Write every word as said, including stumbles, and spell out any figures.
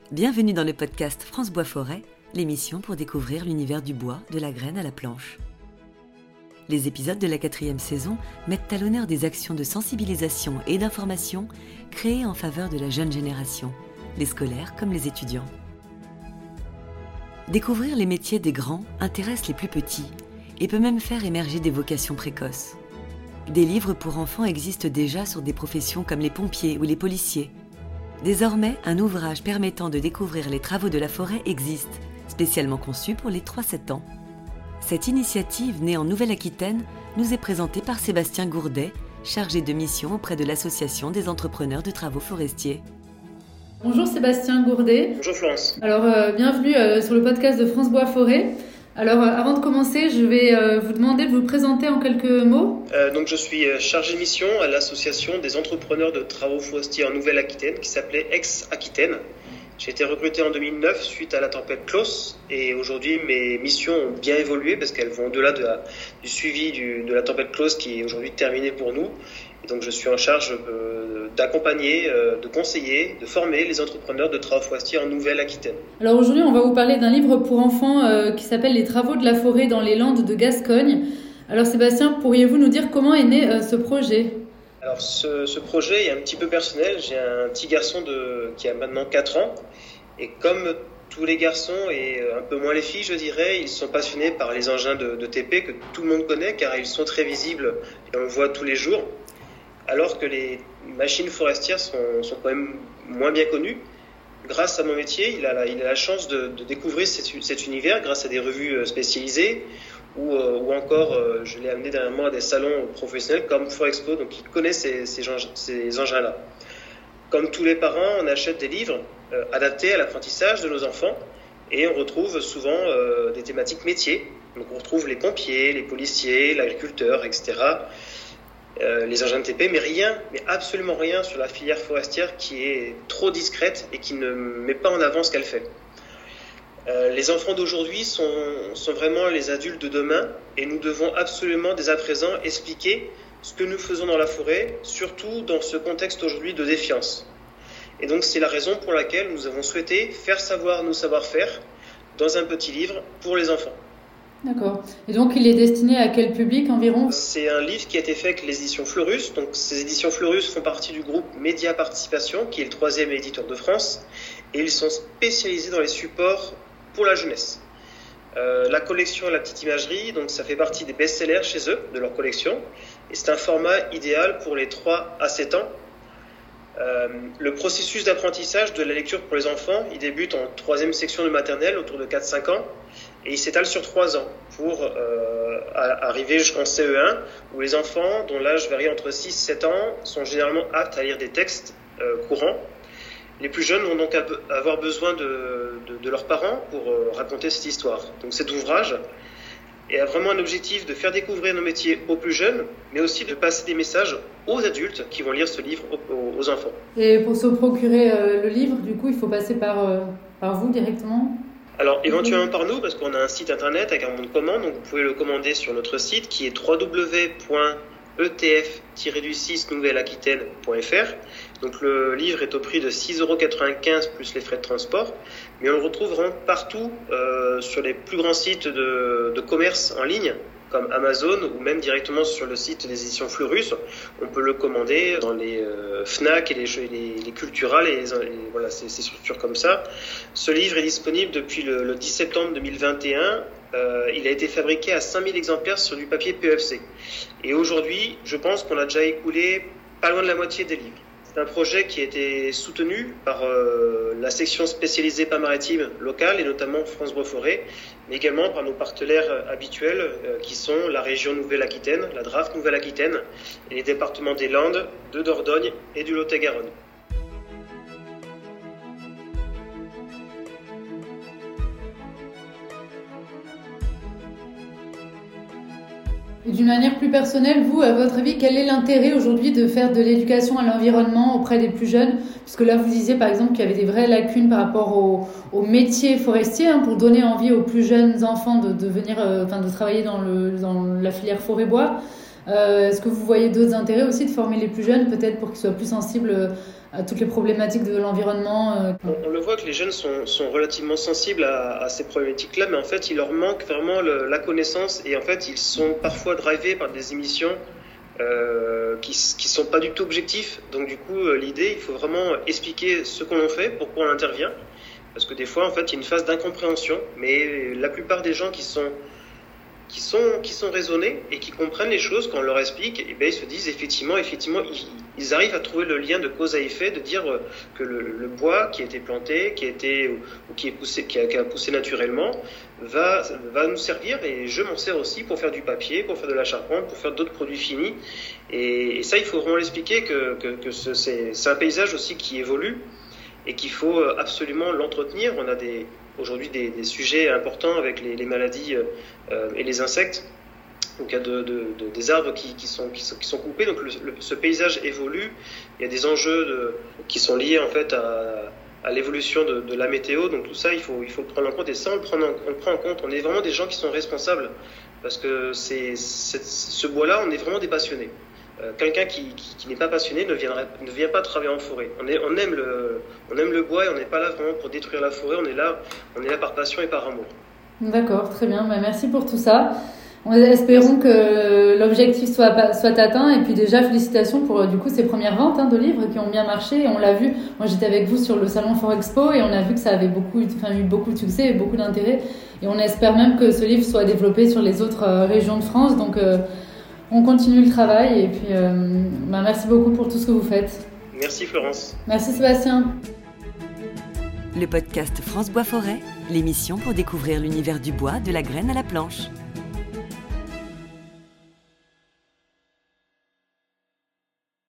Bienvenue dans le podcast France Bois Forêt, l'émission pour découvrir l'univers du bois, de la graine à la planche. Les épisodes de la quatrième saison mettent à l'honneur des actions de sensibilisation et d'information créées en faveur de la jeune génération, les scolaires comme les étudiants. Découvrir les métiers des grands intéresse les plus petits et peut même faire émerger des vocations précoces. Des livres pour enfants existent déjà sur des professions comme les pompiers ou les policiers. Désormais, un ouvrage permettant de découvrir les travaux de la forêt existe, spécialement conçu pour les trois sept ans. Cette initiative, née en Nouvelle-Aquitaine, nous est présentée par Sébastien Gourdet, chargé de mission auprès de l'Association des entrepreneurs de travaux forestiers. Bonjour Sébastien Gourdet. Bonjour Florence. Alors, euh, bienvenue euh, sur le podcast de France Bois Forêt. Alors, euh, avant de commencer, je vais euh, vous demander de vous présenter en quelques mots. Euh, donc, je suis chargé de mission à l'Association des entrepreneurs de travaux forestiers en Nouvelle-Aquitaine, qui s'appelait Ex-Aquitaine. J'ai été recruté en deux mille neuf suite à la tempête Klaus, et aujourd'hui mes missions ont bien évolué parce qu'elles vont au-delà de la, du suivi du, de la tempête Klaus qui est aujourd'hui terminée pour nous. Et donc, je suis en charge euh, d'accompagner, euh, de conseiller, de former les entrepreneurs de travaux forestiers en Nouvelle-Aquitaine. Alors aujourd'hui, on va vous parler d'un livre pour enfants euh, qui s'appelle « Les travaux de la forêt dans les Landes de Gascogne ». Alors Sébastien, pourriez-vous nous dire comment est né euh, ce projet ? Alors ce, ce projet est un petit peu personnel. J'ai un petit garçon de, qui a maintenant quatre ans. Et comme tous les garçons et un peu moins les filles, je dirais, ils sont passionnés par les engins de, de T P que tout le monde connaît car ils sont très visibles et on le voit tous les jours. Alors que les machines forestières sont, sont quand même moins bien connues. Grâce à mon métier, il a la, il a la chance de, de découvrir cet, cet univers grâce à des revues spécialisées ou, euh, ou encore, euh, je l'ai amené dernièrement à des salons professionnels comme Forexpo, donc il connaît ces, ces, ces engins-là. Comme tous les parents, on achète des livres euh, adaptés à l'apprentissage de nos enfants et on retrouve souvent euh, des thématiques métiers. Donc on retrouve les pompiers, les policiers, l'agriculteur, et cetera. Euh, les engins de T P, mais rien, mais absolument rien sur la filière forestière qui est trop discrète et qui ne met pas en avant ce qu'elle fait. Euh, les enfants d'aujourd'hui sont, sont vraiment les adultes de demain et nous devons absolument dès à présent expliquer ce que nous faisons dans la forêt, surtout dans ce contexte aujourd'hui de défiance. Et donc c'est la raison pour laquelle nous avons souhaité faire savoir nos savoir-faire dans un petit livre pour les enfants. D'accord. Et donc, il est destiné à quel public environ ? C'est un livre qui a été fait avec les éditions Fleurus. Donc, ces éditions Fleurus font partie du groupe Média Participation, qui est le troisième éditeur de France. Et ils sont spécialisés dans les supports pour la jeunesse. Euh, la collection La Petite Imagerie, donc ça fait partie des best-sellers chez eux, de leur collection. Et c'est un format idéal pour les trois à sept ans. Euh, le processus d'apprentissage de la lecture pour les enfants, il débute en troisième section de maternelle, autour de quatre à cinq ans. Et il s'étale sur trois ans pour euh, arriver jusqu'en C E un où les enfants dont l'âge varie entre six et sept ans sont généralement aptes à lire des textes euh, courants. Les plus jeunes vont donc avoir besoin de, de, de leurs parents pour euh, raconter cette histoire. Donc cet ouvrage a vraiment un objectif de faire découvrir nos métiers aux plus jeunes, mais aussi de passer des messages aux adultes qui vont lire ce livre aux, aux enfants. Et pour se procurer euh, le livre, du coup, il faut passer par, euh, par vous directement ? Alors éventuellement par nous, parce qu'on a un site internet avec un bon de commande, donc vous pouvez le commander sur notre site qui est w w w point e t f tiret six nouvelle aquitaine point f r. Donc le livre est au prix de six euros quatre-vingt-quinze plus les frais de transport, mais on le retrouve vraiment partout euh, sur les plus grands sites de, de commerce en ligne, comme Amazon ou même directement sur le site des éditions Fleurus. On peut le commander dans les euh, Fnac et les, les, les Culturales et, les, et voilà, ces, ces structures comme ça. Ce livre est disponible depuis le, le dix septembre deux mille vingt et un. Euh, il a été fabriqué à cinq mille exemplaires sur du papier P E F C. Et aujourd'hui, je pense qu'on a déjà écoulé pas loin de la moitié des livres. C'est un projet qui a été soutenu par euh, la section spécialisée pas maritime locale et notamment France Bois Forêt, mais également par nos partenaires habituels euh, qui sont la région Nouvelle-Aquitaine, la DRAF Nouvelle-Aquitaine et les départements des Landes, de Dordogne et du Lot-et-Garonne. Et d'une manière plus personnelle, vous, à votre avis, quel est l'intérêt aujourd'hui de faire de l'éducation à l'environnement auprès des plus jeunes ? Puisque là, vous disiez par exemple qu'il y avait des vraies lacunes par rapport au, au métier forestier, hein, pour donner envie aux plus jeunes enfants de, de venir, euh, enfin, de travailler dans, le, dans la filière forêt-bois. Euh, est-ce que vous voyez d'autres intérêts aussi de former les plus jeunes, peut-être pour qu'ils soient plus sensibles à toutes les problématiques de l'environnement? euh... on, on le voit que les jeunes sont, sont relativement sensibles à, à ces problématiques-là, mais en fait, il leur manque vraiment le, la connaissance et en fait, ils sont parfois drivés par des émissions euh, qui qui sont pas du tout objectifs. Donc du coup, l'idée, il faut vraiment expliquer ce qu'on fait, pourquoi on intervient, parce que des fois, en fait, il y a une phase d'incompréhension, mais la plupart des gens qui sont qui sont qui sont raisonnés et qui comprennent les choses quand on leur explique, et ben ils se disent effectivement effectivement ils, ils arrivent à trouver le lien de cause à effet, de dire que le, le bois qui a été planté, qui a été ou, ou qui est poussé qui a, qui a poussé naturellement va va nous servir, et je m'en sers aussi pour faire du papier, pour faire de la charpente, pour faire d'autres produits finis, et, et ça il faut vraiment l'expliquer que que, que ce, c'est c'est un paysage aussi qui évolue et qu'il faut absolument l'entretenir. On a des aujourd'hui des, des sujets importants avec les, les maladies euh, et les insectes. Donc il y a de, de, de, des arbres qui, qui, sont, qui, sont, qui sont coupés, donc le, le, ce paysage évolue. Il y a des enjeux de, qui sont liés en fait à, à l'évolution de, de la météo. Donc tout ça, il faut, il faut le prendre en compte, et ça on le, prend en, on le prend en compte. On est vraiment des gens qui sont responsables, parce que c'est, c'est, ce bois-là, on est vraiment des passionnés. Euh, quelqu'un qui, qui, qui n'est pas passionné ne, viendrait, ne vient pas travailler en forêt. On, est, on, aime le, on aime le bois, et on n'est pas là vraiment pour détruire la forêt, on est là, on est là par passion et par amour. D'accord, très bien. Bah, merci pour tout ça. Espérons que l'objectif soit, soit atteint, et puis déjà félicitations pour du coup ces premières ventes hein, de livres qui ont bien marché. Et on l'a vu, moi j'étais avec vous sur le salon Forexpo et on a vu que ça avait beaucoup, enfin, eu beaucoup de succès et beaucoup d'intérêt, et on espère même que ce livre soit développé sur les autres euh, régions de France. Donc euh, on continue le travail, et puis euh, bah, merci beaucoup pour tout ce que vous faites. Merci Florence. Merci Sébastien. Le podcast France Bois Forêt, l'émission pour découvrir l'univers du bois, de la graine à la planche.